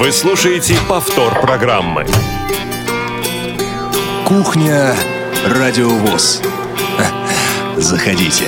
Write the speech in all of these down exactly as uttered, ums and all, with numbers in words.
Вы слушаете повтор программы. Кухня Радио ВОС. Заходите.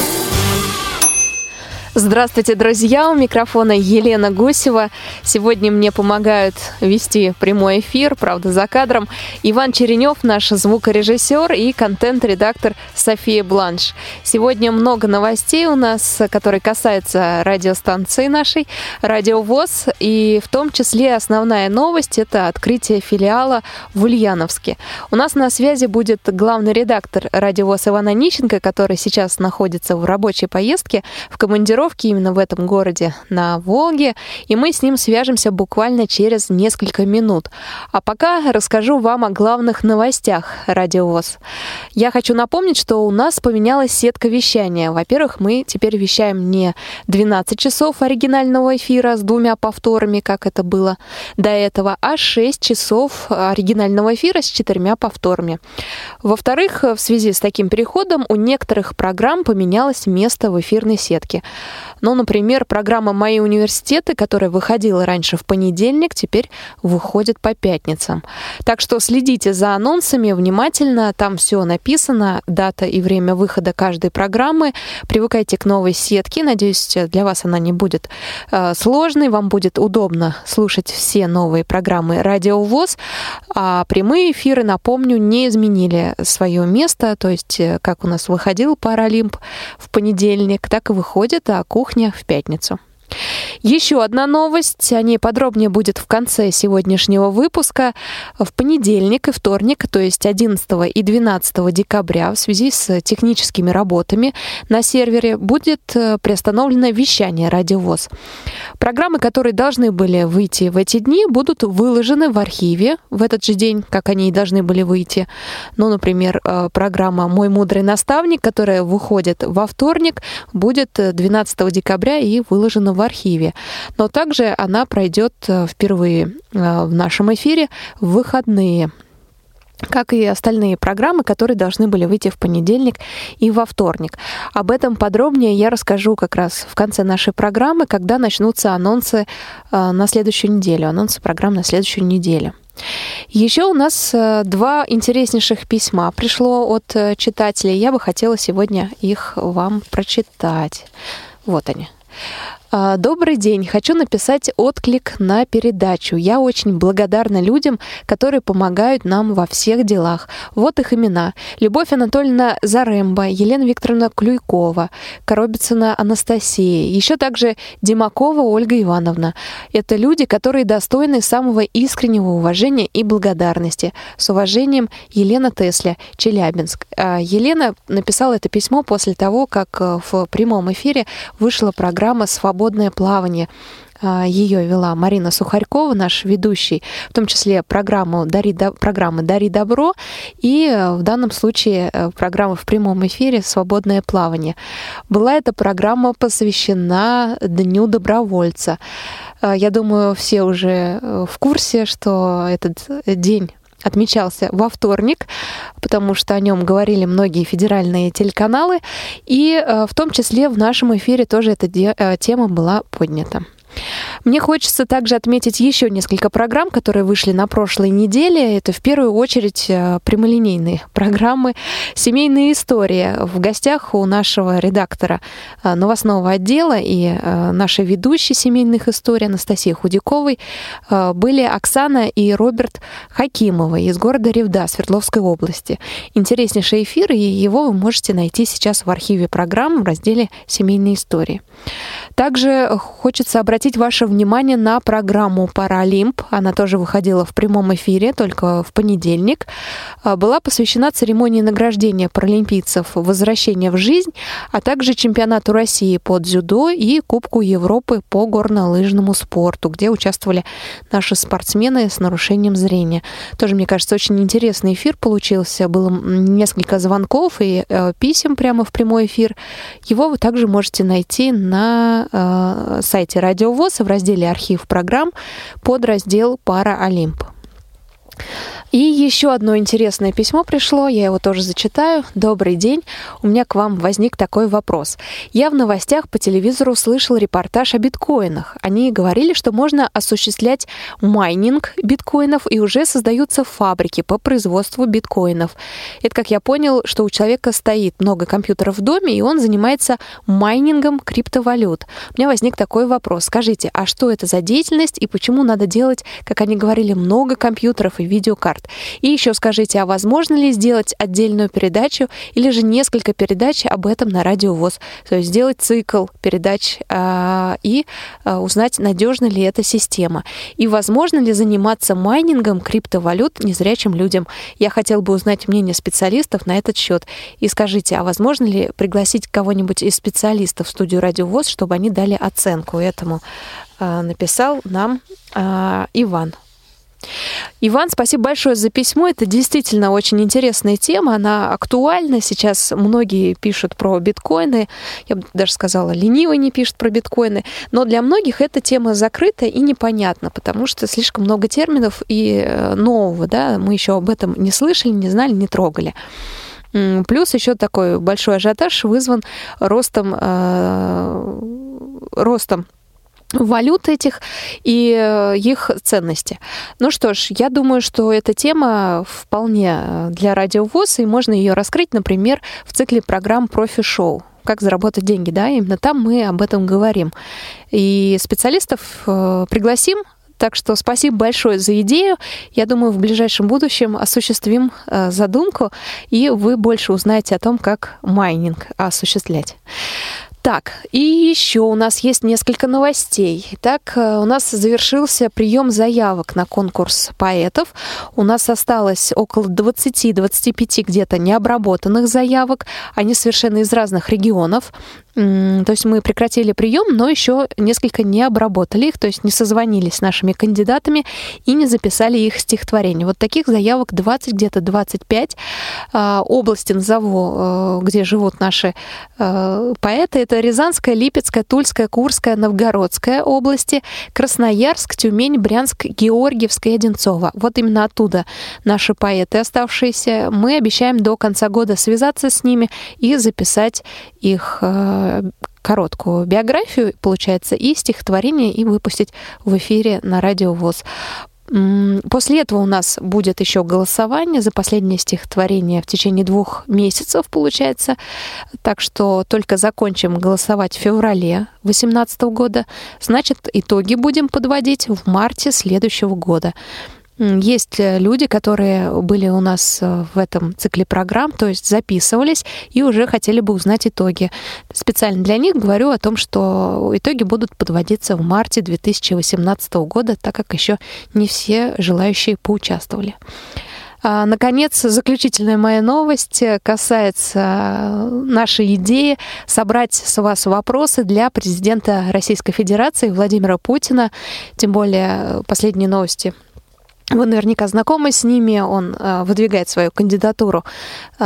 Здравствуйте, друзья! У микрофона Елена Гусева. Сегодня мне помогают вести прямой эфир, правда, за кадром, Иван Черенев, наш звукорежиссер, и контент-редактор София Бланш. Сегодня много новостей у нас, которые касаются радиостанции нашей, Радио ВОС, и в том числе основная новость – это открытие филиала в Ульяновске. У нас на связи будет главный редактор Радио ВОС Иван Онищенко, который сейчас находится в рабочей поездке, в командировке именно в этом городе на Волге, и мы с ним свяжемся буквально через несколько минут. А пока расскажу вам о главных новостях Радио ВОС. Я хочу напомнить, что у нас поменялась сетка вещания. Во-первых, мы теперь вещаем не двенадцать часов оригинального эфира с двумя повторами, как это было до этого, а шесть часов оригинального эфира с четырьмя повторами. Во-вторых, в связи с таким переходом у некоторых программ поменялось место в эфирной сетке. Ну, например, программа «Мои университеты», которая выходила раньше в понедельник, теперь выходит по пятницам. Так что следите за анонсами внимательно, там все написано, дата и время выхода каждой программы. Привыкайте к новой сетке, надеюсь, для вас она не будет э, сложной, вам будет удобно слушать все новые программы Радио ВОС. А прямые эфиры, напомню, не изменили свое место, то есть как у нас выходил Паралимп в понедельник, так и выходит, а кухня в пятницу. Еще одна новость, о ней подробнее будет в конце сегодняшнего выпуска. В понедельник и вторник, то есть одиннадцатого и двенадцатого декабря, в связи с техническими работами на сервере будет приостановлено вещание Радио ВОС. Программы, которые должны были выйти в эти дни, будут выложены в архиве в этот же день, как они и должны были выйти. Ну, например, программа «Мой мудрый наставник», которая выходит во вторник, будет двенадцатого декабря и выложена в архиве. Но также она пройдет впервые в нашем эфире в выходные, как и остальные программы, которые должны были выйти в понедельник и во вторник. Об этом подробнее я расскажу как раз в конце нашей программы, когда начнутся анонсы на следующую неделю, анонсы программ на следующую неделю. Еще у нас два интереснейших письма пришло от читателей. Я бы хотела сегодня их вам прочитать. Вот они. Добрый день. Хочу написать отклик на передачу. Я очень благодарна людям, которые помогают нам во всех делах. Вот их имена. Любовь Анатольевна Заремба, Елена Викторовна Клюйкова, Коробицына Анастасия, еще также Димакова Ольга Ивановна. Это люди, которые достойны самого искреннего уважения и благодарности. С уважением, Елена Тесля, Челябинск. Елена написала это письмо после того, как в прямом эфире вышла программа «Свобода «Свободное плавание». Ее вела Марина Сухарькова, наш ведущий, в том числе программу «Дари, программы «Дари добро» и в данном случае программа в прямом эфире «Свободное плавание». Была эта программа посвящена Дню добровольца. Я думаю, все уже в курсе, что этот день отмечался во вторник, потому что о нем говорили многие федеральные телеканалы, и в том числе в нашем эфире тоже эта тема была поднята. Мне хочется также отметить еще несколько программ, которые вышли на прошлой неделе. Это в первую очередь прямолинейные программы «Семейные истории». В гостях у нашего редактора новостного отдела и нашей ведущей «Семейных историй» Анастасии Худяковой были Оксана и Роберт Хакимовы из города Ревда Свердловской области. Интереснейший эфир, и его вы можете найти сейчас в архиве программ в разделе «Семейные истории». Также хочется обратить ваше внимание на программу «Паралимп». Она тоже выходила в прямом эфире, только в понедельник. Была посвящена церемонии награждения паралимпийцев «Возвращение в жизнь», а также чемпионату России по дзюдо и Кубку Европы по горнолыжному спорту, где участвовали наши спортсмены с нарушением зрения. Тоже, мне кажется, очень интересный эфир получился. Было несколько звонков и писем прямо в прямой эфир. Его вы также можете найти на сайте Радио ВОС в разделе «Архив программ» под раздел «Паралимп». И еще одно интересное письмо пришло, я его тоже зачитаю. Добрый день, у меня к вам возник такой вопрос. Я в новостях по телевизору слышал репортаж о биткоинах. Они говорили, что можно осуществлять майнинг биткоинов, и уже создаются фабрики по производству биткоинов. Это, как я понял, что у человека стоит много компьютеров в доме, и он занимается майнингом криптовалют. У меня возник такой вопрос. Скажите, а что это за деятельность, и почему надо делать, как они говорили, много компьютеров и видеокарт? И еще скажите, а возможно ли сделать отдельную передачу или же несколько передач об этом на Радио ВОС? То есть сделать цикл передач э, и э, узнать, надежна ли эта система. И возможно ли заниматься майнингом криптовалют незрячим людям? Я хотел бы узнать мнение специалистов на этот счет. И скажите, а возможно ли пригласить кого-нибудь из специалистов в студию Радио ВОС, чтобы они дали оценку этому? Э, написал нам э, Иван. Иван, спасибо большое за письмо. Это действительно очень интересная тема, она актуальна. Сейчас многие пишут про биткоины. Я бы даже сказала, ленивый не пишет про биткоины. Но для многих эта тема закрыта и непонятна, потому что слишком много терминов и нового. Да? Мы еще об этом не слышали, не знали, не трогали. Плюс еще такой большой ажиотаж вызван ростом, э, ростом валют этих и их ценности. Ну что ж, я думаю, что эта тема вполне для Радио ВОС, и можно ее раскрыть, например, в цикле программ «Профи-шоу». Как заработать деньги, да, именно там мы об этом говорим. И специалистов пригласим. Так что спасибо большое за идею. Я думаю, в ближайшем будущем осуществим задумку, и вы больше узнаете о том, как майнинг осуществлять. Так, и еще у нас есть несколько новостей. Итак, у нас завершился прием заявок на конкурс поэтов. У нас осталось около двадцать-двадцать пять где-то необработанных заявок. Они совершенно из разных регионов. То есть мы прекратили прием, но еще несколько не обработали их, то есть не созвонились с нашими кандидатами и не записали их стихотворение. Вот таких заявок двадцать, где-то двадцать пять. Области назову, где живут наши поэты. Это Рязанская, Липецкая, Тульская, Курская, Новгородская области, Красноярск, Тюмень, Брянск, Георгиевская и Одинцово. Вот именно оттуда наши поэты оставшиеся. Мы обещаем до конца года связаться с ними и записать их короткую биографию, получается, и стихотворение, и выпустить в эфире на Радио ВОС. После этого у нас будет еще голосование за последнее стихотворение в течение двух месяцев, получается. Так что только закончим голосовать в феврале две тысячи восемнадцатого года. Значит, итоги будем подводить в марте следующего года. Есть люди, которые были у нас в этом цикле программ, то есть записывались и уже хотели бы узнать итоги. Специально для них говорю о том, что итоги будут подводиться в марте две тысячи восемнадцатого года, так как еще не все желающие поучаствовали. Наконец, заключительная моя новость касается нашей идеи собрать с вас вопросы для президента Российской Федерации Владимира Путина. Тем более последние новости. Вы наверняка знакомы с ними. Он э, выдвигает свою кандидатуру э,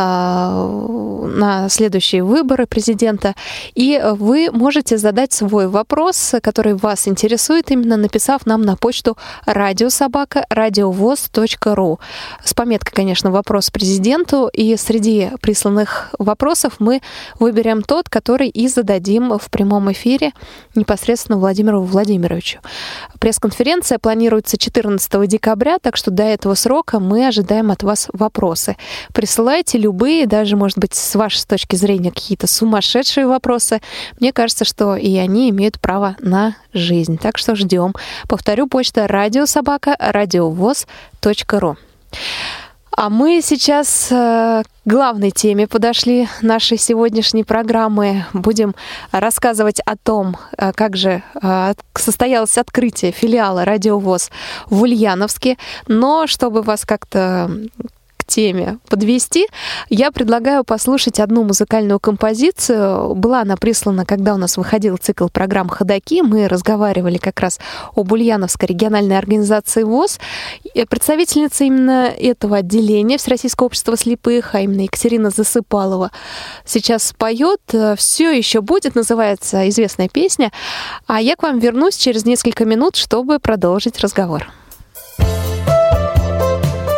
на следующие выборы президента. И вы можете задать свой вопрос, который вас интересует, именно написав нам на почту радиособака радиовоз точка ру. С пометкой, конечно, «Вопрос президенту». И среди присланных вопросов мы выберем тот, который и зададим в прямом эфире непосредственно Владимиру Владимировичу. Пресс-конференция планируется четырнадцатого декабря, так что до этого срока мы ожидаем от вас вопросы. Присылайте любые, даже, может быть, с вашей точки зрения какие-то сумасшедшие вопросы. Мне кажется, что и они имеют право на жизнь. Так что ждем. Повторю, почта радиособака радиовоз точка ру. А мы сейчас к главной теме подошли нашей сегодняшней программы. Будем рассказывать о том, как же состоялось открытие филиала Радио ВОС в Ульяновске. Но чтобы вас как-то к теме подвести, я предлагаю послушать одну музыкальную композицию. Была она прислана, когда у нас выходил цикл программ «Ходоки». Мы разговаривали как раз об Ульяновской региональной организации ВОС. Представительница именно этого отделения Всероссийского общества слепых, а именно Екатерина Засыпалова, сейчас поет «Все еще будет», называется известная песня. А я к вам вернусь через несколько минут, чтобы продолжить разговор.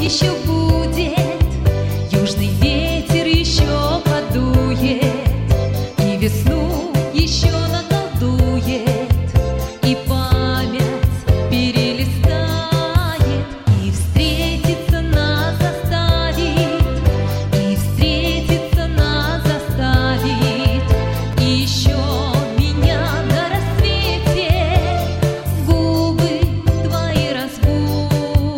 еще будет, южный ветер еще подует, и весну еще наколдует, и память перелистает, и встретиться нас заставит, и встретиться нас заставит, и еще меня на рассвете губы твои разбудят.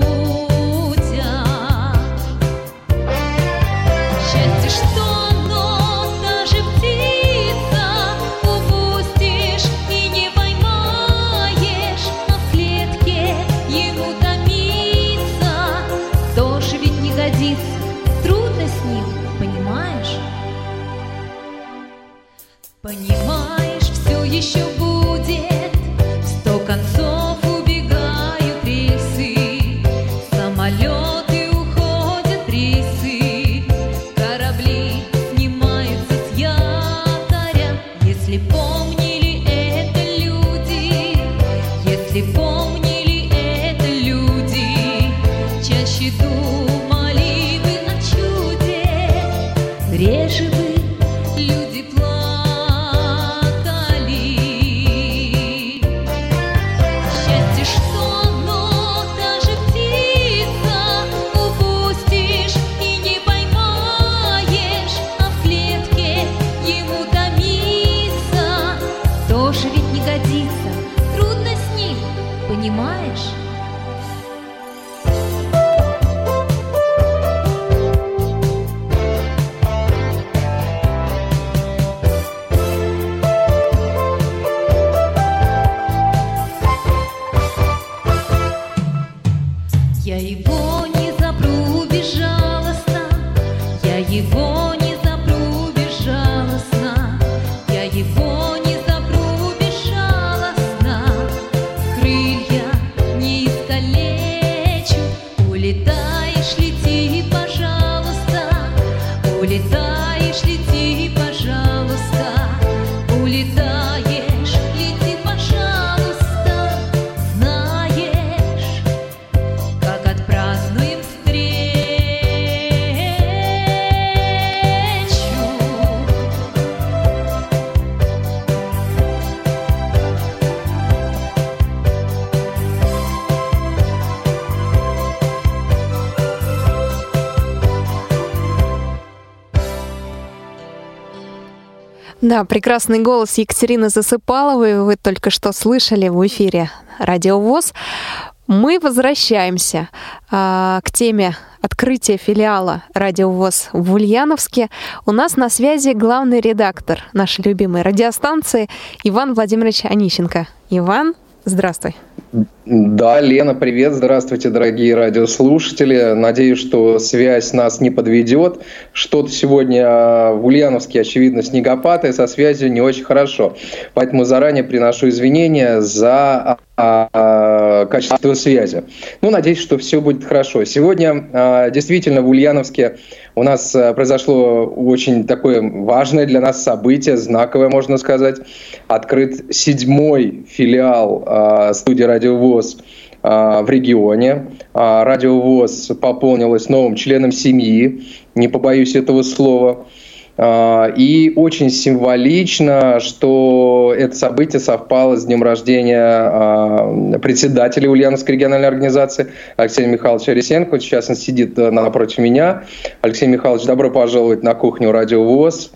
Счастье, что оно даже птица упустишь и не поймаешь, а в клетке ему томиться тоже ведь не годится, трудно с ним, понимаешь? Понимаешь, все еще будет, в сто концов убегают рейсы, самолеты уходят рейсы, корабли снимаются с якоря. Если помнили это люди, если помнили это люди, чаще думали бы о чуде, реже бы люди плакали. Счастье, что оно даже птица упустишь и не поймаешь, а в клетке ему томиться тоже ведь не годится, трудно с ним, понимаешь? Я его не запру безжалостно, я его не запру безжалостно, я его не запру безжалостно, крылья не искалечу, улетаешь, лети, пожалуйста, улетаешь, лети, пожалуйста, улетаешь, лети, пожалуйста, знаешь, как отпразднуем встречу. Да, прекрасный голос Екатерины Засыпаловой вы только что слышали в эфире Радио ВОС. Мы возвращаемся а, к теме открытия филиала Радио ВОС в Ульяновске. У нас на связи главный редактор нашей любимой радиостанции Иван Владимирович Онищенко. Иван, здравствуй. Да, Лена, привет, здравствуйте, дорогие радиослушатели. Надеюсь, что связь нас не подведет. Что-то сегодня в Ульяновске, очевидно, снегопад, и со связью не очень хорошо. Поэтому заранее приношу извинения за а, а, качество связи. Ну, надеюсь, что все будет хорошо. Сегодня а, действительно в Ульяновске у нас произошло очень такое важное для нас событие, знаковое, можно сказать. Открыт седьмой филиал а, студии Радио ВОС а, в регионе. А, Радио ВОС пополнилось новым членом семьи, не побоюсь этого слова. А, и очень символично, что это событие совпало с днем рождения а, председателя Ульяновской региональной организации Алексея Михайловича Арисенко. Сейчас он сидит напротив меня. Алексей Михайлович, добро пожаловать на кухню Радио ВОС.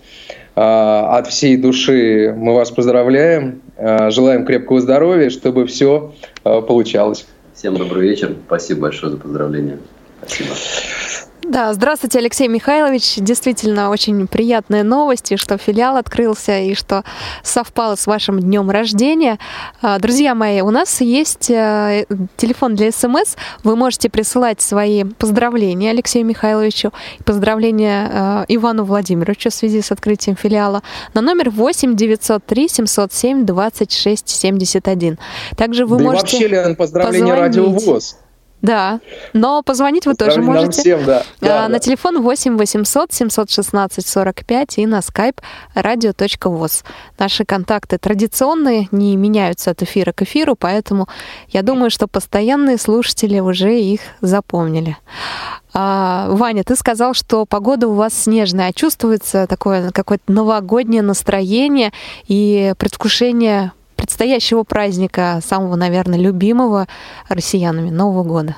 А, от всей души мы вас поздравляем. А, желаем крепкого здоровья, чтобы все а, получалось. Всем добрый вечер. Спасибо большое за поздравления. Спасибо. Да, здравствуйте, Алексей Михайлович. Действительно, очень приятные новости, что филиал открылся и что совпало с вашим днем рождения. Друзья мои, у нас есть телефон для СМС. Вы можете присылать свои поздравления Алексею Михайловичу, поздравления Ивану Владимировичу в связи с открытием филиала на номер восемь девятьсот три семьсот семь двадцать шесть семьдесят один. Также вы да можете и вообще, Лен, поздравления позвонить. Радио ВОС. Да, но позвонить вы тоже Нам можете. всем, да. Да, а, да. На телефон восемь восемьсот семьсот шестнадцать сорок пять и на skype радио точка воз. Наши контакты традиционные, не меняются от эфира к эфиру, поэтому я думаю, что постоянные слушатели уже их запомнили. А, Ваня, ты сказал, что погода у вас снежная, а чувствуется такое какое-то новогоднее настроение и предвкушение предстоящего праздника, самого, наверное, любимого россиянами, Нового года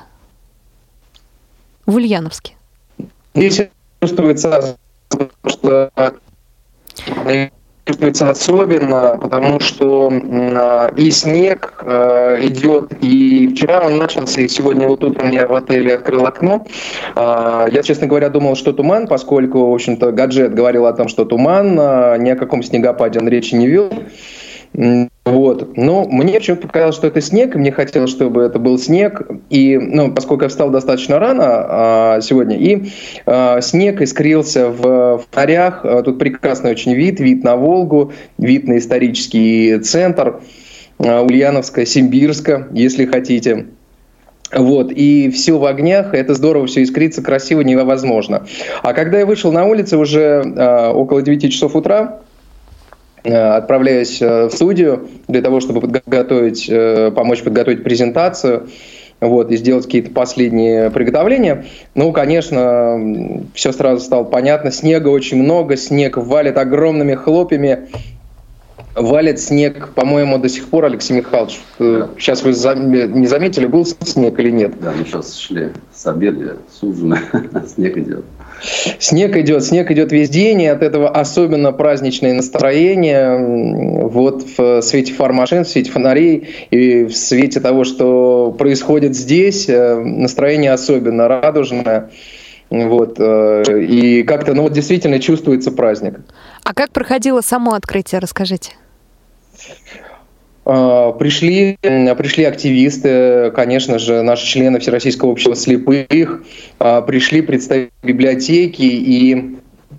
в Ульяновске. Здесь чувствуется, что чувствуется особенно, потому что и снег идет, и вчера он начался, и сегодня вот утром я в отеле открыл окно. Я, честно говоря, думал, что туман, поскольку, в общем-то, гаджет говорил о том, что туман, ни о каком снегопаде он речи не вел. Вот. Но мне почему-то показалось, что это снег, и мне хотелось, чтобы это был снег. И, ну, поскольку я встал достаточно рано а, сегодня, и а, снег искрился в фонарях. А, тут прекрасный очень вид, вид на Волгу, вид на исторический центр а, Ульяновска, Симбирска, если хотите. Вот, и все в огнях, это здорово, все искрится, красиво, невозможно. А когда я вышел на улицу уже а, около девяти часов утра, отправляюсь в студию для того, чтобы подготовить, помочь подготовить презентацию, вот, и сделать какие-то последние приготовления. Ну, конечно, все сразу стало понятно. Снега очень много, снег валит огромными хлопьями. Валит снег, по-моему, до сих пор, Алексей Михайлович. Да. Сейчас вы не заметили, был снег или нет? Да, мы сейчас шли с обеда, с ужина, снег идет. Снег идет, снег идет весь день, и от этого особенно праздничное настроение. Вот в свете фар машин, в свете фонарей и в свете того, что происходит здесь, настроение особенно радужное. Вот, и как-то, ну вот действительно чувствуется праздник. А как проходило само открытие, расскажите? Пришли, пришли активисты, конечно же, наши члены Всероссийского общества слепых, пришли представители библиотеки, и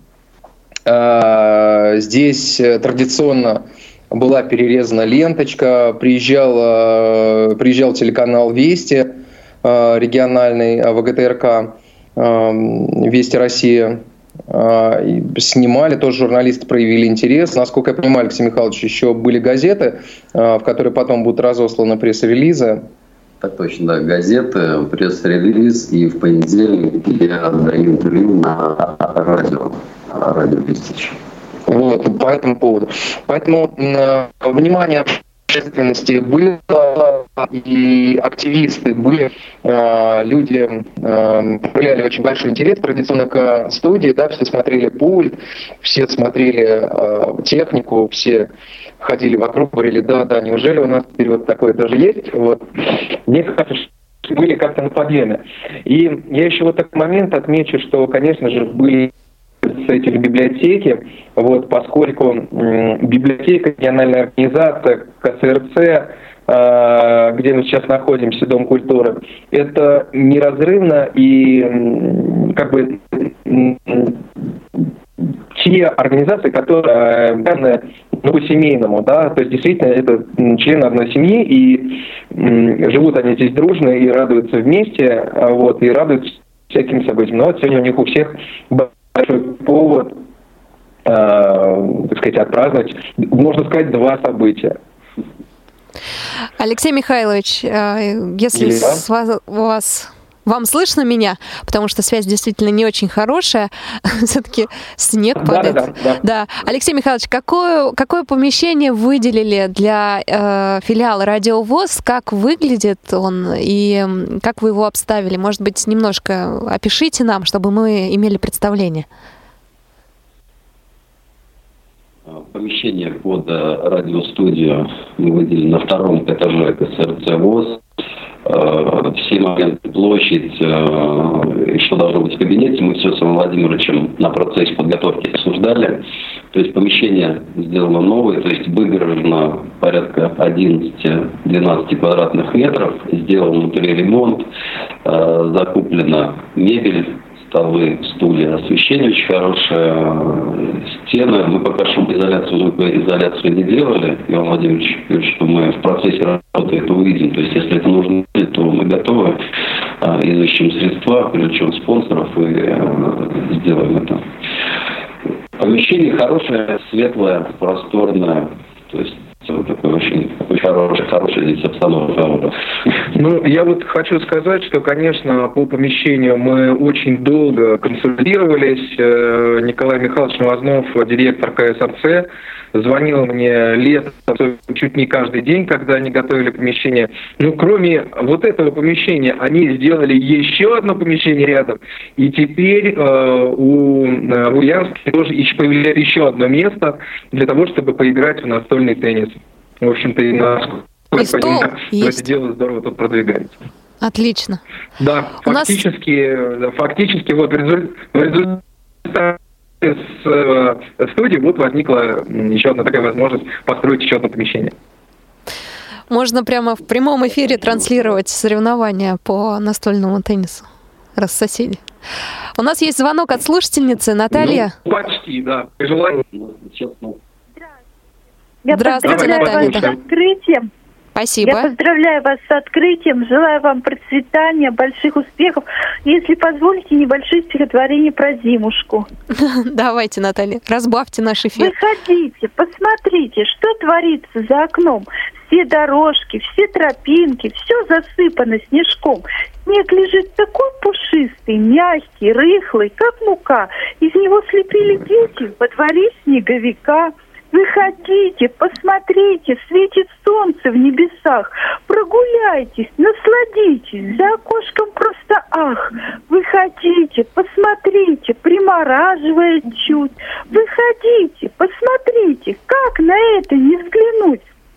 э, здесь традиционно была перерезана ленточка, приезжал, приезжал телеканал «Вести», региональный ВГТРК «Вести Россия». Снимали, тоже журналисты проявили интерес. Насколько я понимаю, Алексей Михайлович, еще были газеты, в которые потом будут разосланы пресс-релизы. Так точно, да, газеты, пресс-релиз, и в понедельник я отдаю интервью на радио, радио Вести. Вот, по этому поводу. Поэтому э, внимание общественности было, и активисты были, э, люди э, проявляли очень большой интерес традиционно к студии, да, все смотрели пульт, все смотрели э, технику, все ходили вокруг, говорили, да, да, неужели у нас теперь вот такое тоже есть? Вот. Мне кажется, что были как-то на подъеме. И я еще вот такой момент отмечу, что, конечно же, были эти библиотеки, вот, поскольку м, библиотека, региональная организация, КСРЦ, э, где мы сейчас находимся, Дом культуры, это неразрывно и м, как бы м, те организации, которые данные ну, по-семейному, да, то есть действительно это члены одной семьи, и м, живут они здесь дружно и радуются вместе, вот, и радуются всяким событиям. Но вот сегодня у них у всех большой повод, э, так сказать, отпраздновать, можно сказать, два события. Алексей Михайлович, э, если с вас, вас, вам слышно меня, потому что связь действительно не очень хорошая, все-таки снег падает. Да, да, да. Да. Алексей Михайлович, какое, какое помещение выделили для э, филиала Радио ВОС? Как выглядит он и как вы его обставили? Может быть, немножко опишите нам, чтобы мы имели представление. Помещение под радиостудию мы выделили на втором этаже КСРЦ ВОС. Все моменты, площадь, что должно быть в кабинете, мы все с Иваном Владимировичем на процессе подготовки обсуждали. То есть помещение сделано новое, то есть выгорожено порядка одиннадцать-двенадцать квадратных метров, сделан внутри ремонт, закуплена мебель, столы, стулья, освещение очень хорошее, стены. Мы пока шумоизоляцию, звукоизоляцию не делали. Иван Владимирович говорит, что мы в процессе работы это увидим. То есть, если это нужно, то мы готовы. изыщем средства, привлечем спонсоров и э, сделаем это. Помещение хорошее, светлое, просторное, то есть такой очень, очень хороший, хорошая здесь обстановка. Ну, я вот хочу сказать, что, конечно, по помещению мы очень долго консультировались. Николай Михайлович Новознов, директор ка эс эр цэ, звонил мне летом чуть не каждый день, когда они готовили помещение. Ну, кроме вот этого помещения, они сделали еще одно помещение рядом. И теперь э, у э, в Ульяновске тоже еще появляется еще одно место для того, чтобы поиграть в настольный теннис. В общем-то, и насколько я понимаю, это дело здорово тут продвигается. Отлично. Да, у фактически, нас... да, фактически вот в результате с э, студии вот возникла еще одна такая возможность построить еще одно помещение. Можно прямо в прямом эфире транслировать соревнования по настольному теннису, раз соседи. У нас есть звонок от слушательницы. Наталья? Ну, почти, да. При желании. Я Здравствуйте, поздравляю Наталья. вас с открытием. Спасибо. Я поздравляю вас с открытием, желаю вам процветания, больших успехов. Если позволите, небольшое стихотворение про зимушку. Давайте, Наталья, разбавьте наш эфир. Выходите, посмотрите, что творится за окном. Все дорожки, все тропинки, все засыпано снежком. Снег лежит такой пушистый, мягкий, рыхлый, как мука. Из него слепили дети во дворе снеговика. Выходите, посмотрите, светит солнце в небесах. Прогуляйтесь, насладитесь, за окошком просто ах. Выходите, посмотрите, примораживает чуть. Выходите, посмотрите, как на это не взглянуть.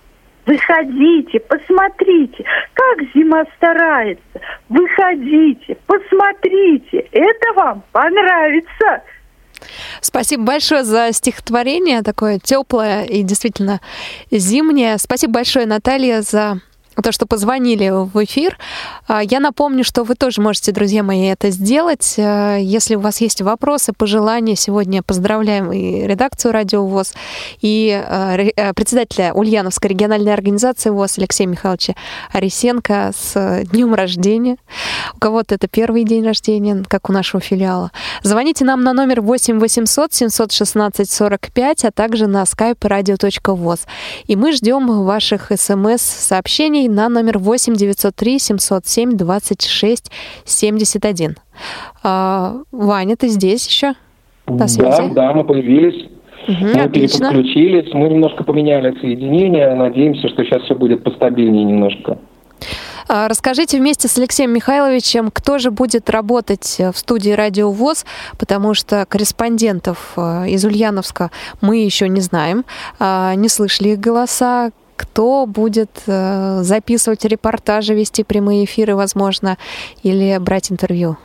Выходите, посмотрите, как зима старается. Выходите, посмотрите, это вам понравится. Спасибо большое за стихотворение, такое теплое и действительно зимнее. Спасибо большое, Наталья, за то, что позвонили в эфир. Я напомню, что вы тоже можете, друзья мои, это сделать. Если у вас есть вопросы, пожелания, сегодня поздравляем и редакцию «Радио ВОС», и председателя Ульяновской региональной организации ВОС Алексея Михайловича Арисенко с днем рождения. У кого-то это первый день рождения, как у нашего филиала. Звоните нам на номер восемь восемьсот семьсот шестнадцать сорок пять, а также на skype radio точка voz. И мы ждем ваших смс-сообщений на номер восемь девятьсот три семьсот семь двадцать шесть семьдесят один. А, Ваня, ты здесь еще? На связи? Да, да, мы появились. Угу, мы отлично. переключились, мы немножко поменяли соединение. Надеемся, что сейчас все будет постабильнее немножко. А, расскажите вместе с Алексеем Михайловичем, кто же будет работать в студии «Радио ВОС», потому что корреспондентов из Ульяновска мы еще не знаем, не слышали их голоса. Кто будет э, записывать репортажи, вести прямые эфиры, возможно, или брать интервью?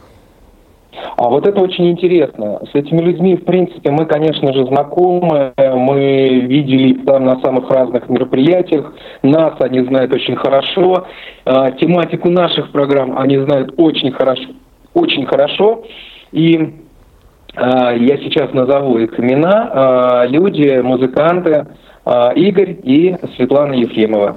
А вот это очень интересно. С этими людьми, в принципе, мы, конечно же, знакомы. Мы видели их там на самых разных мероприятиях. Нас они знают очень хорошо. Э, тематику наших программ они знают очень хорошо. Очень хорошо. И э, я сейчас назову их имена. Э, люди, музыканты, Игорь и Светлана Ефремова.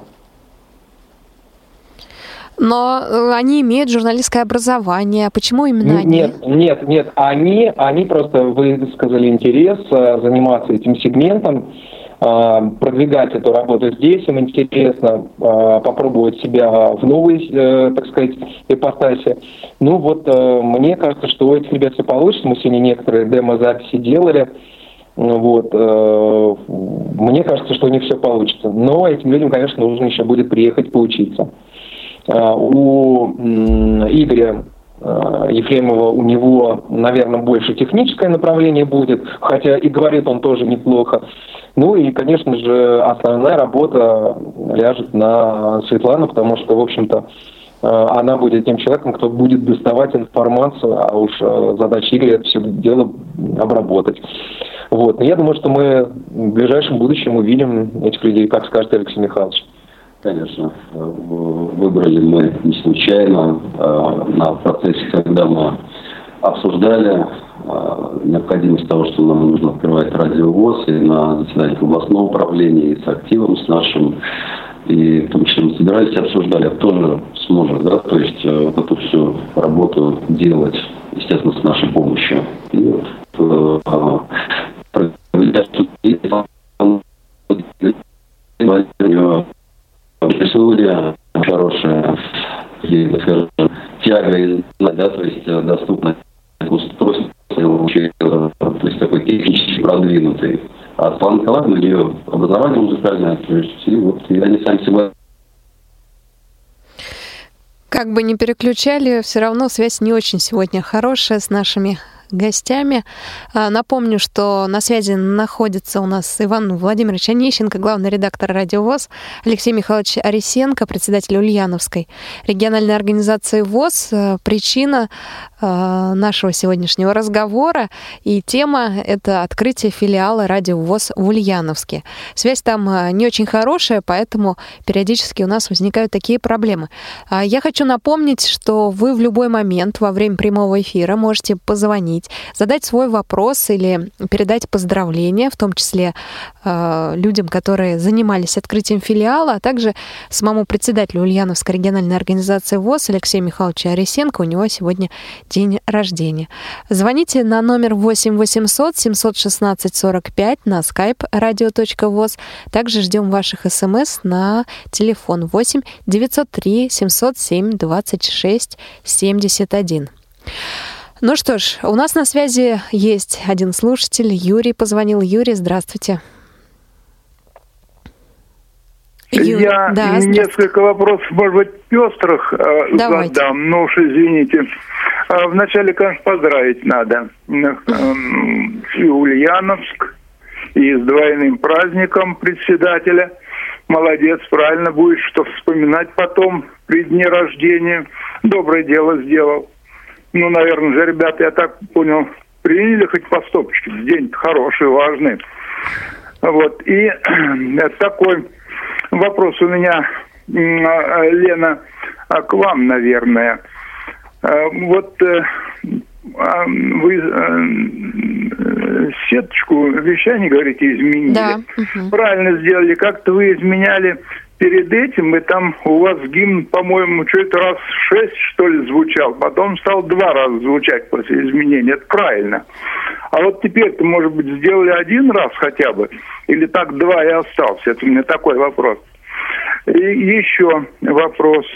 Но они имеют журналистское образование. Почему именно они? Нет, нет, нет. Они, они просто высказали интерес заниматься этим сегментом, продвигать эту работу здесь. Им интересно попробовать себя в новой, так сказать, ипостаси. Ну вот, мне кажется, что у этих ребят все получится. Мы сегодня некоторые демо-записи делали. Вот. Мне кажется, что у них все получится. Но этим людям, конечно, нужно еще будет приехать поучиться. У Игоря Ефремова, у него, наверное, больше техническое направление будет, хотя и говорит он тоже неплохо. Ну и, конечно же, основная работа ляжет на Светлану, потому что, в общем-то, она будет тем человеком, кто будет доставать информацию, а уж задача Игоря это все дело обработать. Вот. Но я думаю, что мы в ближайшем будущем увидим этих людей, как скажет Алексей Михайлович. Конечно. Выбрали мы не случайно. На процессе, когда мы обсуждали необходимость того, что нам нужно открывать радио ВОС, и на заседаниях областного управления, и с активом, с нашим, и в том числе мы собирались и обсуждали, а кто же сможет, да, то есть вот эту всю работу делать, естественно, с нашей помощью. И вот, история хорошая, тяга, да, то есть доступность устройств, то есть такой технически продвинутый. А Светлана Николаевна, у нее образование музыкальное, то есть, и вот и они сами себя. Как бы ни переключали, все равно связь не очень сегодня хорошая с нашими гостями. Напомню, что на связи находится у нас Иван Владимирович Онищенко, главный редактор «Радио ВОС», Алексей Михайлович Арисенко, председатель Ульяновской региональной организации ВОС. Причина нашего сегодняшнего разговора и тема — это открытие филиала «Радио ВОС» в Ульяновске. Связь там не очень хорошая, поэтому периодически у нас возникают такие проблемы. Я хочу напомнить, что вы в любой момент во время прямого эфира можете позвонить, задать свой вопрос или передать поздравления, в том числе э, людям, которые занимались открытием филиала, а также самому председателю Ульяновской региональной организации ВОС Алексею Михайловичу Арисенко. У него сегодня день рождения. Звоните на номер восемь восемьсот семьсот шестнадцать сорок пять на skype radio.voz. Также ждем ваших смс на телефон восемь девятьсот три семьсот семь двадцать шесть семьдесят один. Ну что ж, у нас на связи есть один слушатель. Юрий позвонил. Юрий, здравствуйте. Ю... Я да, несколько вопросов, может быть, пестрых э, задам, но уж извините. Э, вначале, конечно, поздравить надо э, и Ульяновск, и с двойным праздником председателя. Молодец, правильно будет, что вспоминать потом при дне рождения. Доброе дело сделал. Ну, наверное же, ребята, я так понял, приняли хоть по стопочке. День хороший, важный. Вот. И такой вопрос у меня, Лена, к вам, наверное. Вот вы сеточку вещаний, говорите, изменили. Да. Угу. Правильно сделали. Как-то вы изменяли перед этим, и там у вас гимн, по-моему, что-то раз шесть, что ли, звучал. Потом стал два раза звучать после изменения. Это правильно. А вот теперь-то, может быть, сделали один раз хотя бы? Или так два и остался? Это у меня такой вопрос. И еще вопрос.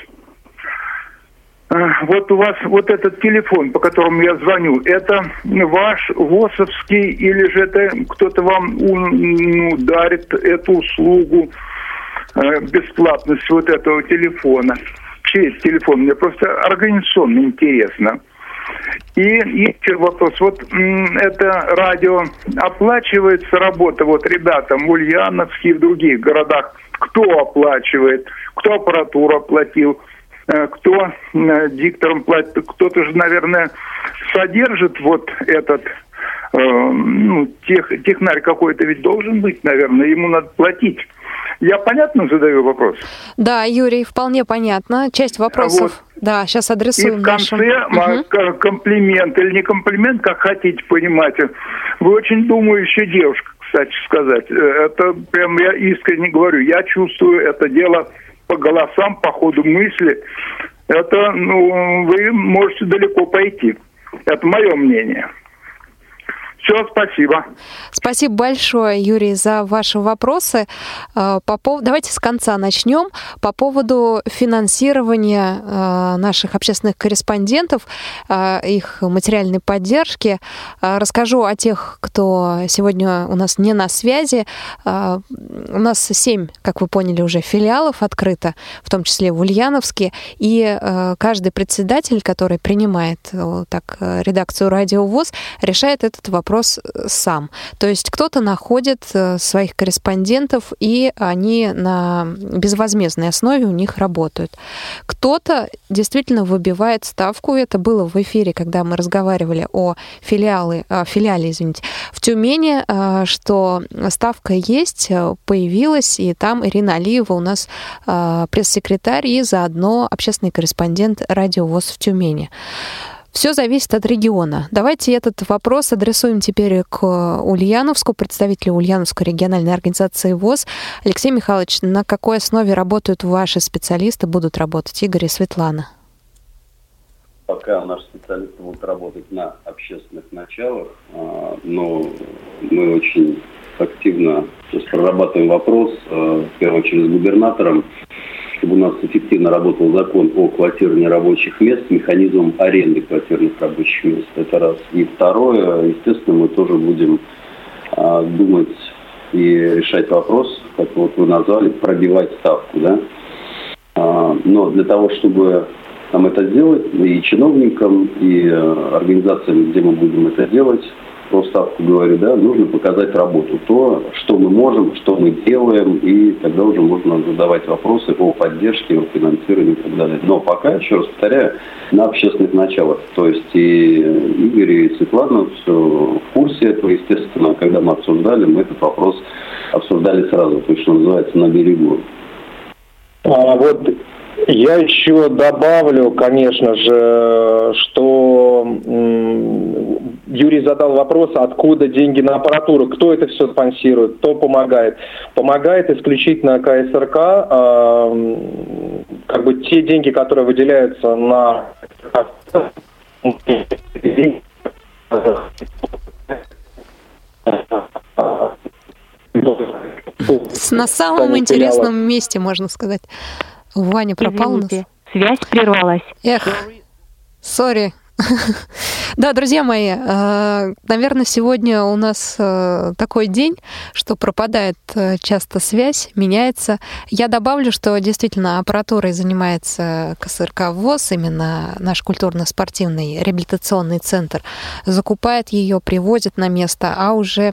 Вот у вас вот этот телефон, по которому я звоню, это ваш ВОСовский, или же это кто-то вам ну, дарит эту услугу, э, бесплатность вот этого телефона? Чей телефон? Мне просто организационно интересно. И еще вопрос. Вот это радио оплачивается работа вот ребятам в Ульяновске и в других городах? Кто оплачивает? Кто аппаратуру оплатил? Кто диктором платит? Кто-то же, наверное, содержит вот этот, э, ну, тех, технарь какой-то ведь должен быть, наверное, ему надо платить. Я понятно задаю вопрос? Да, Юрий, вполне понятно. Часть вопросов, вот. Да, сейчас адресуем нашим. И в конце нашим... угу. комплимент или не комплимент, как хотите, понимаете. Вы очень думающая девушка, кстати сказать. Это прям я искренне говорю. Я чувствую это дело по голосам, по ходу мысли. Это, ну, вы можете далеко пойти. Это мое мнение. Все, спасибо. Спасибо большое, Юрий, за ваши вопросы. По поводу... Давайте с конца начнем. По поводу финансирования наших общественных корреспондентов, их материальной поддержки, расскажу о тех, кто сегодня у нас не на связи. У нас семь, как вы поняли, уже филиалов открыто, в том числе в Ульяновске, и каждый председатель, который принимает так редакцию «Радио ВОС», решает этот вопрос сам. То есть кто-то находит своих корреспондентов, и они на безвозмездной основе у них работают. Кто-то действительно выбивает ставку. Это было в эфире, когда мы разговаривали о филиале, о филиале, извините, в Тюмени, что ставка есть, появилась, и там Ирина Алиева у нас пресс-секретарь и заодно общественный корреспондент «Радио ВОС» в Тюмени. Все зависит от региона. Давайте этот вопрос адресуем теперь к Ульяновску, представителю Ульяновской региональной организации ВОС. Алексей Михайлович, на какой основе работают ваши специалисты, будут работать Игорь и Светлана? пока наши специалисты будут работать на общественных началах, но мы очень активно сейчас прорабатываем вопрос, в первую очередь с губернатором, чтобы у нас эффективно работал закон о квартировании рабочих мест, механизмом аренды квартирных рабочих мест. Это раз. И второе, естественно, мы тоже будем а, думать и решать вопрос, как вот вы назвали, пробивать ставку, да. А, но для того, чтобы нам это сделать, и чиновникам, и а, организациям, где мы будем это делать, про ставку говорю, да, нужно показать работу, то, что мы можем, что мы делаем, и тогда уже можно задавать вопросы о поддержке, о финансировании и так далее. Но пока, еще раз повторяю, на общественных началах. То есть и Игорь, и Светлана все в курсе этого, естественно. Когда мы обсуждали, мы этот вопрос обсуждали сразу, то есть, что называется, на берегу. А, вот я еще добавлю, конечно же, что м- Юрий задал вопрос, откуда деньги на аппаратуру, кто это все спонсирует, кто помогает. Помогает исключительно ка эс эр ка, э, как бы те деньги, которые выделяются на... На самом интересном месте, можно сказать. Ваня пропал у нас. Связь прервалась. Эх, сори. Да, друзья мои, наверное, сегодня у нас такой день, что пропадает часто связь, меняется. Я добавлю, что действительно аппаратурой занимается ка эс эр ка ВОС, именно наш культурно-спортивный реабилитационный центр, закупает ее, привозит на место, а уже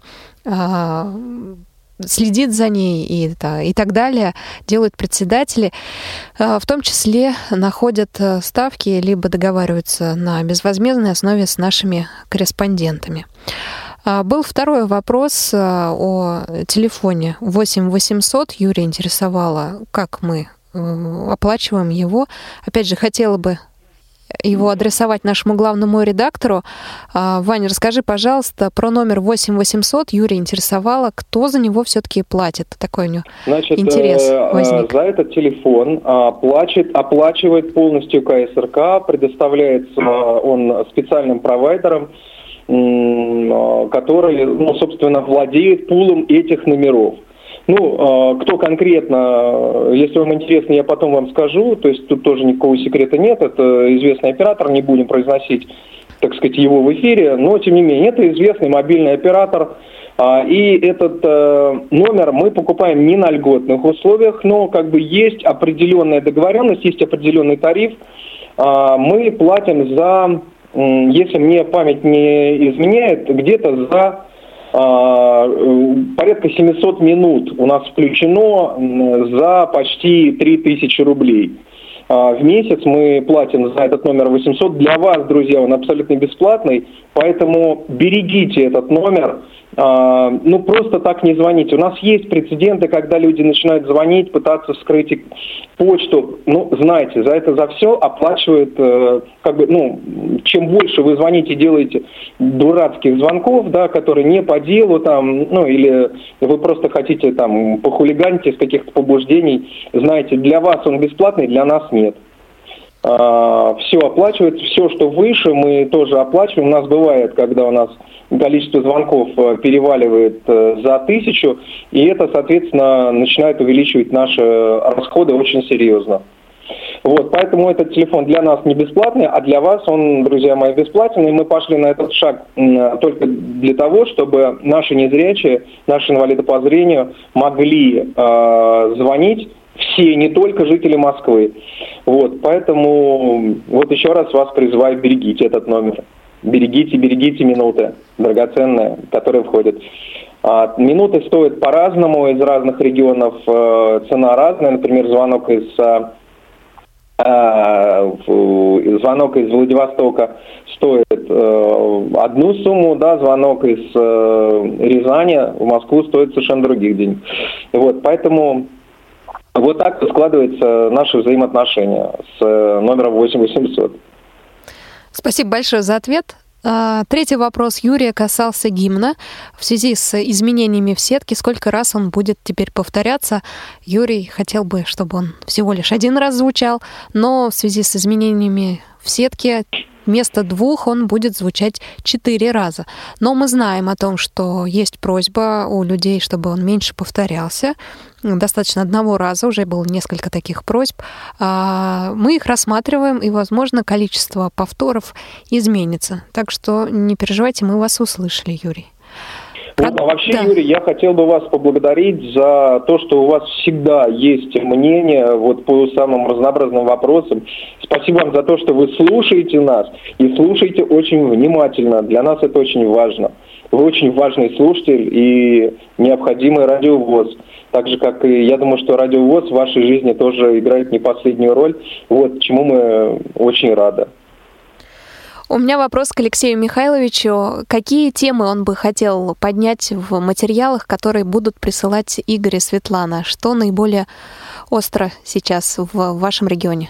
следит за ней и, да, и так далее, делают председатели, в том числе находят ставки, либо договариваются на безвозмездной основе с нашими корреспондентами. Был второй вопрос о телефоне восемь восемьсот. Юрия интересовало, как мы оплачиваем его. Опять же, хотела бы его адресовать нашему главному редактору. Ваня, расскажи, пожалуйста, про номер восемь восемьсот. Юрия интересовало, кто за него все-таки платит. Такой у него Значит, интерес возник. За этот телефон плачет, оплачивает полностью ка эс эр ка, предоставляется он специальным провайдером, который, ну, собственно, владеет пулом этих номеров. Ну, кто конкретно, если вам интересно, я потом вам скажу, то есть тут тоже никакого секрета нет, это известный оператор, не будем произносить, так сказать, его в эфире, но, тем не менее, это известный мобильный оператор, и этот номер мы покупаем не на льготных условиях, но как бы есть определенная договоренность, есть определенный тариф, мы платим за, если мне память не изменяет, где-то за порядка семьсот минут у нас включено за почти три тысячи рублей. В месяц мы платим за этот номер восемьсот. Для вас, друзья, он абсолютно бесплатный, поэтому берегите этот номер. Ну, просто так не звоните. У нас есть прецеденты, когда люди начинают звонить, пытаться вскрыть почту. Ну, знаете, за это за все оплачивают, как бы, ну, чем больше вы звоните, делаете дурацких звонков, да, которые не по делу, там, ну, или вы просто хотите там похулиганить из каких-то побуждений, знаете, для вас он бесплатный, для нас нет. Все оплачивается, все, что выше, мы тоже оплачиваем. У нас бывает, когда у нас количество звонков переваливает за тысячу, и это, соответственно, начинает увеличивать наши расходы очень серьезно. Вот, поэтому этот телефон для нас не бесплатный, а для вас он, друзья мои, бесплатный. И мы пошли на этот шаг только для того, чтобы наши незрячие, наши инвалиды по зрению могли э, звонить все, не только жители Москвы. Вот, поэтому вот еще раз вас призываю, берегите этот номер. Берегите, берегите минуты драгоценные, которые входят. А, минуты стоят по-разному, из разных регионов э, цена разная. Например, звонок из, э, э, звонок из Владивостока стоит э, одну сумму, да, звонок из э, Рязани в Москву стоит совершенно других денег. Вот, поэтому вот так складываются наши взаимоотношения с номером восемь восемьсот. Спасибо большое за ответ. Третий вопрос Юрия касался гимна. В связи с изменениями в сетке, сколько раз он будет теперь повторяться? Юрий хотел бы, чтобы он всего лишь один раз звучал, но в связи с изменениями в сетке вместо двух он будет звучать четыре раза. Но мы знаем о том, что есть просьба у людей, чтобы он меньше повторялся. Достаточно одного раза, уже было несколько таких просьб. Мы их рассматриваем, и, возможно, количество повторов изменится. Так что не переживайте, мы вас услышали, Юрий. Ну, а вообще, да. Юрий, я хотел бы вас поблагодарить за то, что у вас всегда есть мнение вот по самым разнообразным вопросам. Спасибо вам за то, что вы слушаете нас и слушаете очень внимательно. Для нас это очень важно. Вы очень важный слушатель и необходимый радиовоз. Так же, как и я думаю, что радиовоз в вашей жизни тоже играет не последнюю роль. Вот, чему мы очень рады. У меня вопрос к Алексею Михайловичу. Какие темы он бы хотел поднять в материалах, которые будут присылать Игорь и Светлана? Что наиболее остро сейчас в вашем регионе?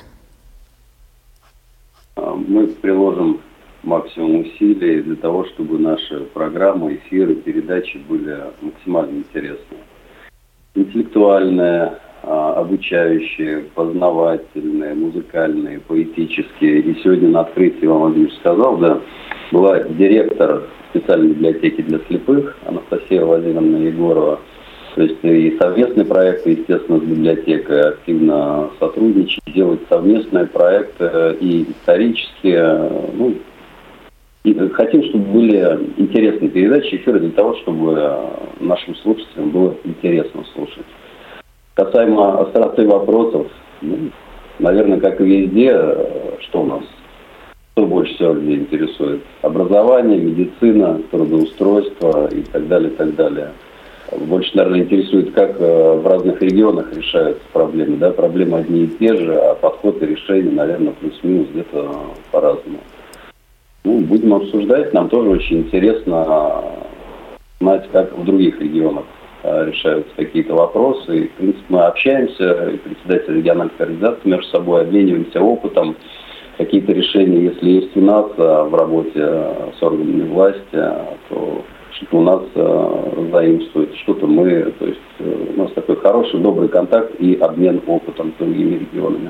Мы приложим максимум усилий для того, чтобы наши программы, эфиры, передачи были максимально интересны. Интеллектуальные, обучающие, познавательные, музыкальные, поэтические. И сегодня на открытии, Иван Владимирович сказал, да, была директор специальной библиотеки для слепых Анастасия Владимировна Егорова. То есть и совместные проекты, естественно, с библиотекой активно сотрудничать, делать совместные проекты и исторические. Ну, и хотим, чтобы были интересные передачи, эфиры для того, чтобы нашим слушателям было интересно слушать. Касаемо остроты вопросов, ну, наверное, как и везде, что у нас, что больше всего людей интересует? Образование, медицина, трудоустройство и так далее, и так далее. Больше, наверное, интересует, как в разных регионах решаются проблемы. Да? Проблемы одни и те же, а подход и решение, наверное, плюс-минус где-то по-разному. Ну, будем обсуждать, нам тоже очень интересно знать, как в других регионах решаются какие-то вопросы. И, в принципе, мы общаемся, и председатели региональных организаций между собой обмениваемся опытом. Какие-то решения, если есть у нас в работе с органами власти, то что-то у нас заимствует, что-то мы. То есть у нас такой хороший, добрый контакт и обмен опытом с другими регионами.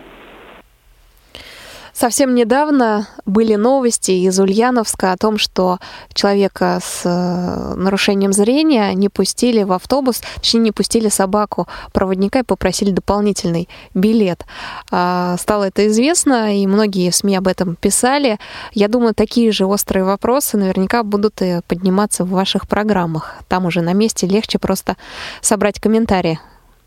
Совсем недавно были новости из Ульяновска о том, что человека с нарушением зрения не пустили в автобус, точнее, не пустили собаку проводника и попросили дополнительный билет. Стало это известно, и многие СМИ об этом писали. Я думаю, такие же острые вопросы наверняка будут и подниматься в ваших программах. Там уже на месте легче просто собрать комментарии.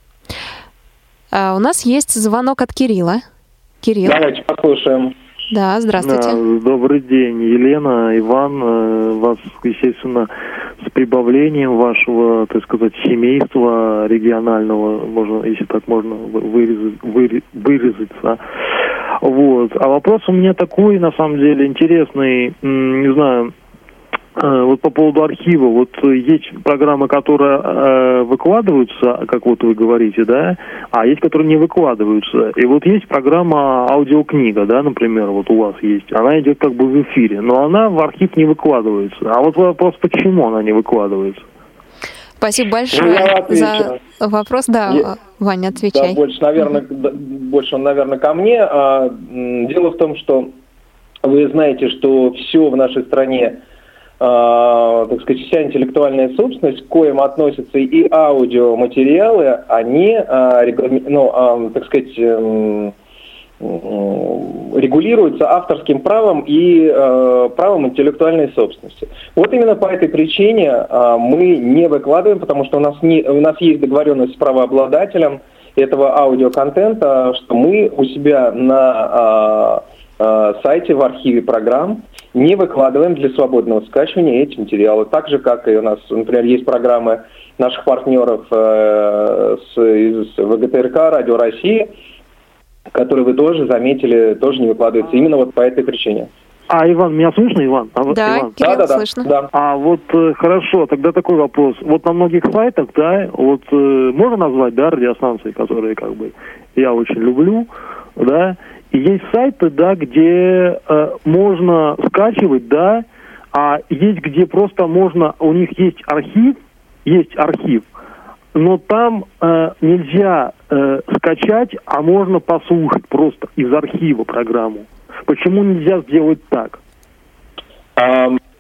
У нас есть звонок от Кирилла. Кирилл. Давайте послушаем. Да, здравствуйте. Да, добрый день, Елена, Иван. Вас, естественно, с прибавлением вашего, так сказать, семейства регионального, можно, если так можно вырезать, вырезать, вырезаться. Вот. А вопрос у меня такой, на самом деле, интересный, не знаю, вот по поводу архива. Вот есть программы, которые э, выкладываются, как вот вы говорите, да, а есть, которые не выкладываются. И вот есть программа аудиокнига, да, например, вот у вас есть. Она идет как бы в эфире, но она в архив не выкладывается. А вот вопрос, почему она не выкладывается? Спасибо большое ну, за вопрос. Да, я... Ваня, отвечай. Да, больше, наверное, mm-hmm. больше он, наверное, ко мне. А, дело в том, что вы знаете, что все в нашей стране, Uh, так сказать, вся интеллектуальная собственность, к коим относятся и аудиоматериалы, они, uh, регули... ну, uh, так сказать, um, uh, регулируются авторским правом и uh, правом интеллектуальной собственности. Вот именно по этой причине uh, мы не выкладываем, потому что у нас, не, у нас есть договоренность с правообладателем этого аудиоконтента, что мы у себя на uh, сайте, в архиве программ не выкладываем для свободного скачивания эти материалы. Так же, как и у нас, например, есть программы наших партнеров э, с, из ВГТРК, Радио России, которые вы тоже заметили, тоже не выкладываются именно вот по этой причине. А, Иван, меня слышно, Иван? А, да, Иван? Кирилл, да, да, слышно. Да. А вот э, хорошо, тогда такой вопрос. Вот на многих сайтах, да, вот э, можно назвать, да, радиостанции, которые как бы я очень люблю, да, и есть сайты, да, где э, можно скачивать, да, а есть, где просто можно, у них есть архив, есть архив, но там э, нельзя э, скачать, а можно послушать просто из архива программу. Почему нельзя сделать так?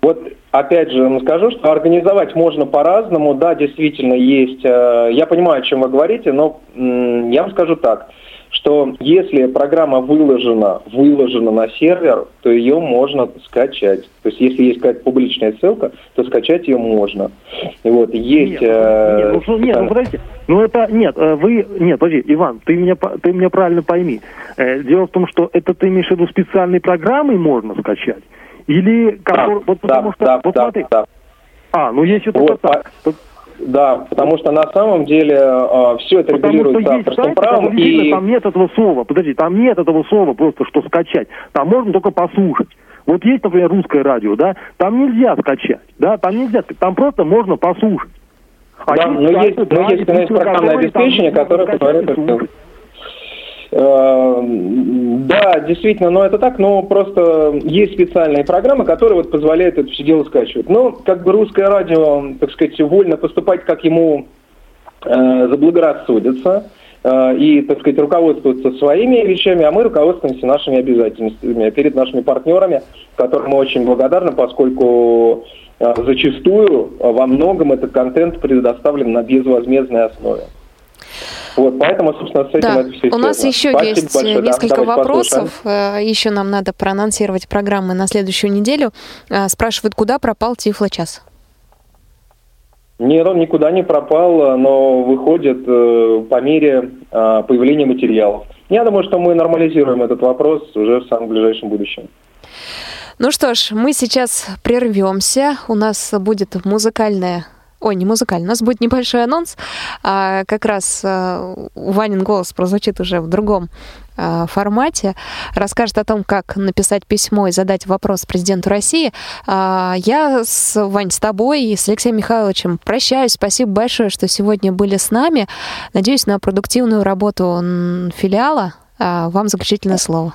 Вот опять же скажу, что организовать можно по-разному. Да, действительно есть. Я понимаю, о чем вы говорите, но я вам скажу так, что если программа выложена, выложена на сервер, то ее можно скачать. То есть если есть какая-то публичная ссылка, то скачать ее можно. И вот есть. Нет, э, нет, ну, нет, ну подождите. Ну это нет, вы нет, подожди, Иван, ты меня ты меня правильно пойми. Дело в том, что это ты имеешь в виду специальные программы можно скачать. Или который, да, вот потому да, что, да, вот да, смотри, да. А, ну если только вот, так. По... Да, потому что на самом деле э, все это потому регулируется авторским правом. И... Там нет этого слова, подожди, там нет этого слова просто, что скачать. Там можно только послушать. Вот есть, например, русское радио, да, там нельзя скачать, да, там нельзя, там просто можно послушать. А да, есть, но сайты, есть, да, но есть, есть программное обеспечение, которое позволяет это делать. Да, действительно, но это так, но просто есть специальные программы, которые вот позволяют это все дело скачивать. Но как бы русское радио, так сказать, вольно поступать, как ему э, заблагорассудится, э, и, так сказать, руководствоваться своими вещами, а мы руководствуемся нашими обязательностями перед нашими партнерами, которым мы очень благодарны, поскольку э, зачастую во многом этот контент предоставлен на безвозмездной основе. Вот, поэтому, собственно, с этим да. это все. У нас еще Спасибо есть большое. несколько да, вопросов. Послушаем. Еще нам надо проанонсировать программы на следующую неделю. Спрашивают, куда пропал Тифло-час? Нет, он никуда не пропал, но выходит по мере появления материалов. Я думаю, что мы нормализируем этот вопрос уже в самом ближайшем будущем. Ну что ж, мы сейчас прервемся. У нас будет музыкальная... Ой, не музыкальный. У нас будет небольшой анонс. А, как раз а, Ванин голос прозвучит уже в другом а, формате. Расскажет о том, как написать письмо и задать вопрос президенту России. А, я, с, Вань, с тобой и с Алексеем Михайловичем прощаюсь. Спасибо большое, что сегодня были с нами. Надеюсь на продуктивную работу филиала. А, вам заключительное слово.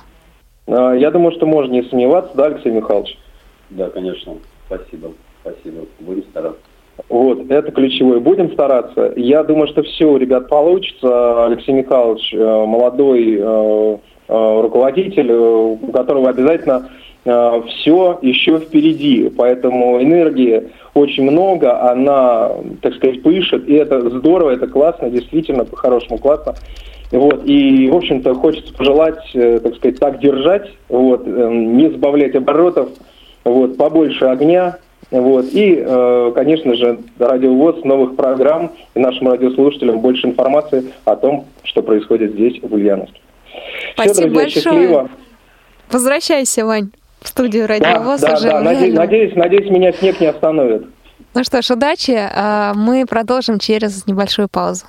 Я думаю, что можно не сомневаться, да, Алексей Михайлович? Да, конечно. Спасибо. Спасибо. Будем стараться. Вот, это ключевое. Будем стараться. Я думаю, что все у ребят получится. Алексей Михайлович молодой э, э, руководитель, у которого обязательно э, все еще впереди. Поэтому энергии очень много, она, так сказать, пышет. И это здорово, это классно, действительно, по-хорошему классно. Вот, и, в общем-то, хочется пожелать, э, так сказать, так держать, вот, э, не сбавлять оборотов, вот, побольше огня. Вот. И, э, конечно же, радиовоз, новых программ и нашим радиослушателям больше информации о том, что происходит здесь, в Ульяновске. Спасибо Все, друзья, большое. Счастливо. Возвращайся, Вань, в студию радиовоз. Да, уже да, да. Надеюсь, надеюсь, надеюсь, меня снег не остановит. Ну что ж, удачи. Мы продолжим через небольшую паузу.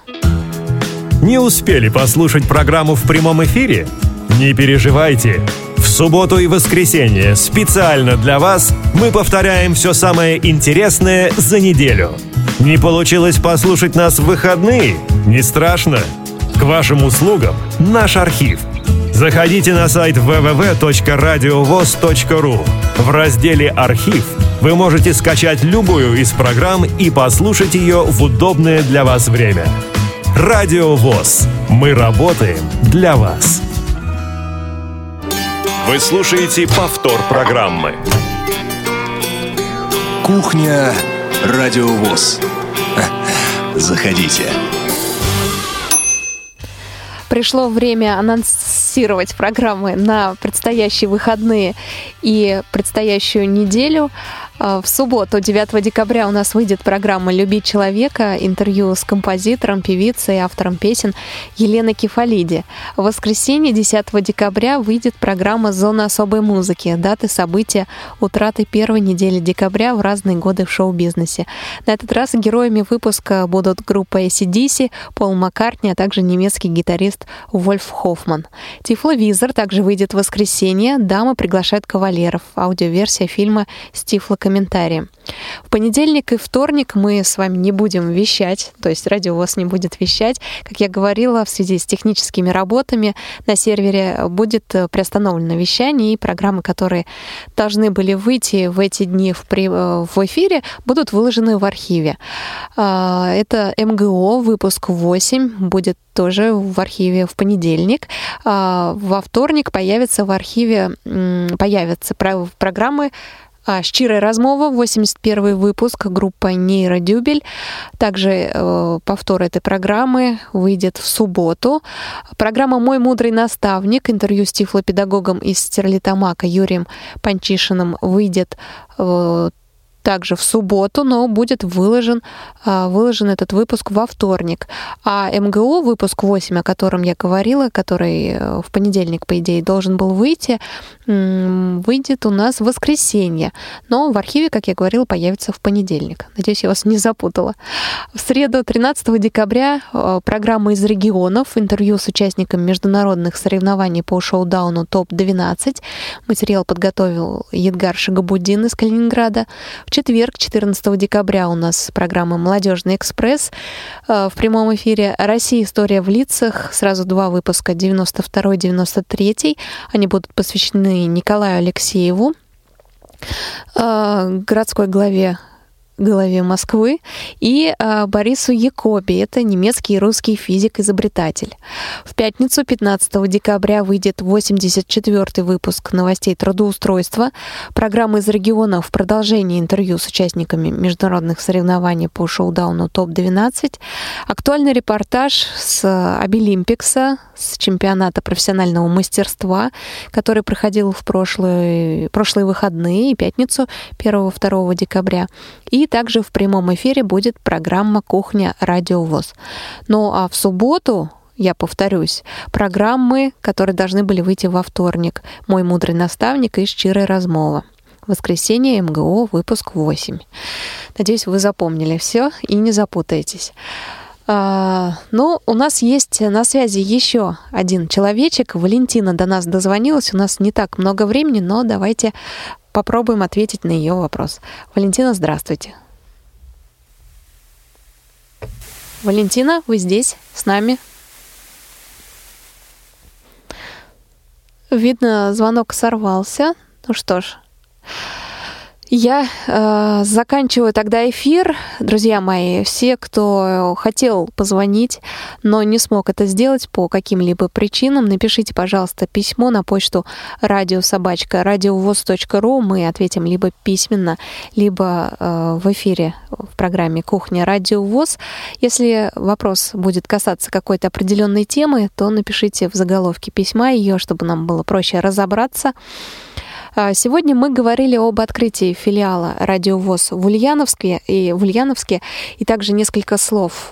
Не успели послушать программу в прямом эфире? Не переживайте. В субботу и воскресенье специально для вас мы повторяем все самое интересное за неделю. Не получилось послушать нас в выходные? Не страшно. К вашим услугам наш архив. Заходите на сайт дабл ю дабл ю дабл ю точка радиовоз точка ру. В разделе «Архив» вы можете скачать любую из программ и послушать ее в удобное для вас время. Радиовоз. Мы работаем для вас. Вы слушаете повтор программы. Кухня Радиовоз. Заходите. Пришло время анонсировать программы на предстоящие выходные и предстоящую неделю. В субботу, девятого декабря, у нас выйдет программа «Любить человека», интервью с композитором, певицей и автором песен Еленой Кефалиди. В воскресенье, десятого декабря, выйдет программа «Зона особой музыки», даты события утраты первой недели декабря в разные годы в шоу-бизнесе. На этот раз героями выпуска будут группа эй си ди си, Пол Маккартни, а также немецкий гитарист Вольф Хоффман. Тифловизор также выйдет в воскресенье. Дамы приглашают кавалеров. Аудиоверсия фильма с тифлокомментарием. В понедельник и вторник мы с вами не будем вещать, то есть радиовоз не будет вещать. Как я говорила, в связи с техническими работами на сервере будет приостановлено вещание, и программы, которые должны были выйти в эти дни в, при... в эфире, будут выложены в архиве. Это эм гэ о, выпуск восемь, будет тоже в архиве в понедельник. Во вторник появятся в архиве появятся программы А «Щирая размова», восемьдесят первый выпуск, группа «Нейродюбель». Также э, повтор этой программы выйдет в субботу. Программа «Мой мудрый наставник», интервью с тифлопедагогом из Стерлитамака Юрием Панчишиным выйдет э, также в субботу, но будет выложен, выложен этот выпуск во вторник. А МГО, выпуск восемь, о котором я говорила, который в понедельник, по идее, должен был выйти, выйдет у нас в воскресенье. Но в архиве, как я говорила, появится в понедельник. Надеюсь, я вас не запутала. В среду, тринадцатого декабря, программа из регионов, интервью с участниками международных соревнований по шоу-дауну топ двенадцать. Материал подготовил Едгар Шагабуддин из Калининграда. В четверг, четырнадцатого декабря, у нас программа «Молодежный экспресс» в прямом эфире. «Россия. История в лицах». Сразу два выпуска, девяносто второй, девяносто третий. Они будут посвящены Николаю Алексееву, городской главе главе Москвы, и а, Борису Якоби. Это немецкий и русский физик-изобретатель. В пятницу, пятнадцатого декабря, выйдет восемьдесят четвёртый выпуск новостей трудоустройства. Программа из регионов в продолжении интервью с участниками международных соревнований по шоу-дауну топ двенадцать. Актуальный репортаж с Обилимпикса, с чемпионата профессионального мастерства, который проходил в прошлые, прошлые выходные и пятницу, первого-второго декабря. И также в прямом эфире будет программа «Кухня Радио ВОС». Ну а в субботу, я повторюсь, программы, которые должны были выйти во вторник. «Мой мудрый наставник» и «Щирая размова». Воскресенье, МГО, выпуск восемь. Надеюсь, вы запомнили все и не запутаетесь. А, ну, у нас есть на связи еще один человечек. Валентина до нас дозвонилась. У нас не так много времени, но давайте попробуем ответить на ее вопрос. Валентина, здравствуйте. Валентина, вы здесь, с нами? Видно, звонок сорвался. Ну что ж, я э, заканчиваю тогда эфир. Друзья мои, все, кто хотел позвонить, но не смог это сделать по каким-либо причинам, напишите, пожалуйста, письмо на почту радиособачка радиовоз точка ру. Мы ответим либо письменно, либо э, в эфире в программе «Кухня Радио ВОС». Если вопрос будет касаться какой-то определенной темы, то напишите в заголовке письма ее, чтобы нам было проще разобраться. Сегодня мы говорили об открытии филиала Радио ВОС в Ульяновске и в Ульяновске, и также несколько слов.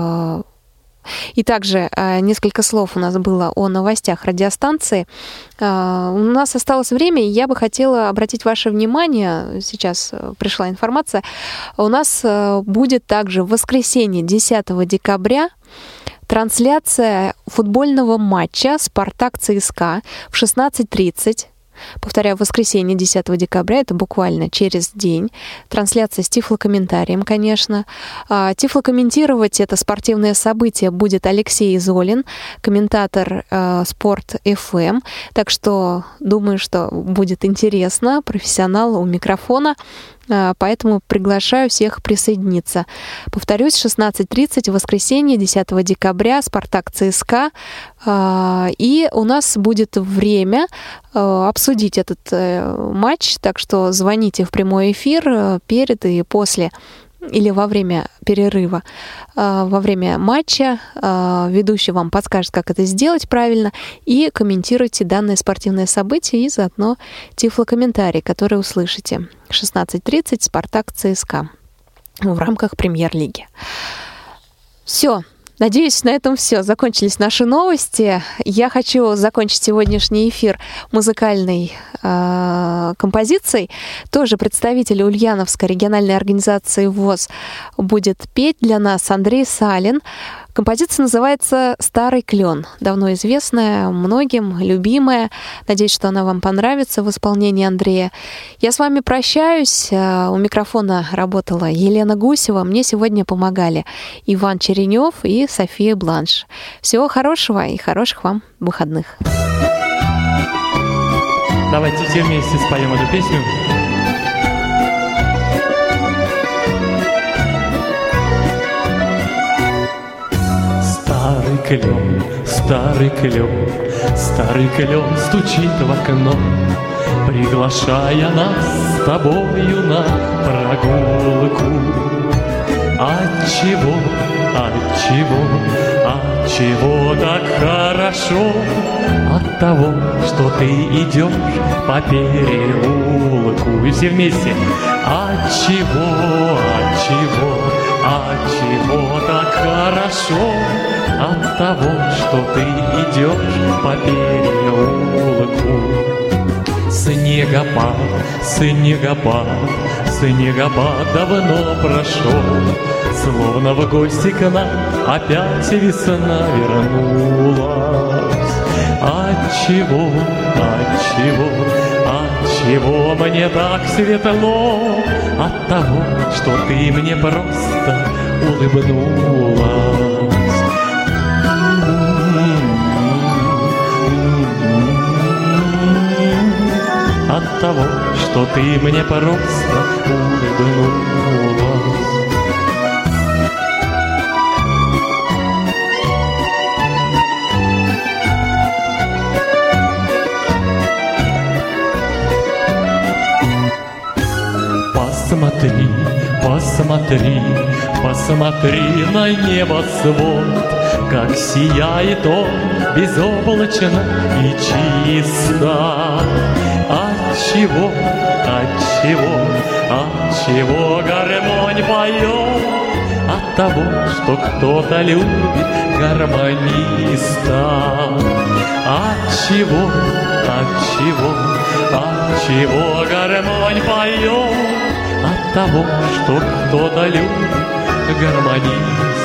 И также несколько слов у нас было о новостях радиостанции. У нас осталось время, и я бы хотела обратить ваше внимание, сейчас пришла информация, у нас будет также в воскресенье, десятого декабря, трансляция футбольного матча «Спартак-ЦСКА» в шестнадцать тридцать. Повторяю, в воскресенье, десятого декабря, это буквально через день. Трансляция с тифлокомментарием, конечно. Тифлокомментировать это спортивное событие будет Алексей Золин, комментатор э, Спорт эф эм. Так что думаю, что будет интересно. Профессионал у микрофона. Поэтому приглашаю всех присоединиться. Повторюсь, шестнадцать тридцать в воскресенье, десятого декабря, «Спартак-ЦСКА». И у нас будет время обсудить этот матч, так что звоните в прямой эфир перед и после или во время перерыва, во время матча. Ведущий вам подскажет, как это сделать правильно, и комментируйте данное спортивное событие и заодно тифлокомментарий, который услышите. шестнадцать тридцать, «Спартак-ЦСКА» в рамках премьер-лиги. Все. Надеюсь, на этом все. Закончились наши новости. Я хочу закончить сегодняшний эфир музыкальной э, композицией. Тоже представитель Ульяновской региональной организации ВОС будет петь для нас Андрей Салин. Композиция называется «Старый клен». Давно известная, многим, любимая. Надеюсь, что она вам понравится в исполнении Андрея. Я с вами прощаюсь. У микрофона работала Елена Гусева. Мне сегодня помогали Иван Черенев и София Бланш. Всего хорошего и хороших вам выходных. Давайте все вместе споем эту песню. Старый клен, старый клен, старый клен стучит в окно. приглашая нас с тобою на прогулку. Отчего, отчего, отчего так хорошо? От того, что ты идешь по переулку. И все вместе. Отчего, отчего, отчего так хорошо? От того, что ты идешь по переулку. Снегопад, снегопад, снегопад давно прошел, словно в гости к нам опять весна вернулась. Отчего, отчего, отчего мне так светло? От того, что ты мне просто улыбнулась. От того, что ты мне просто улыбнулась. Посмотри, посмотри, посмотри на небосвод, как сияет он безоблачно и чисто. Отчего, отчего, отчего гармонь поет? От того, что кто-то любит гармониста. Отчего, отчего, отчего гармонь поет? От того, что кто-то любит гармониста.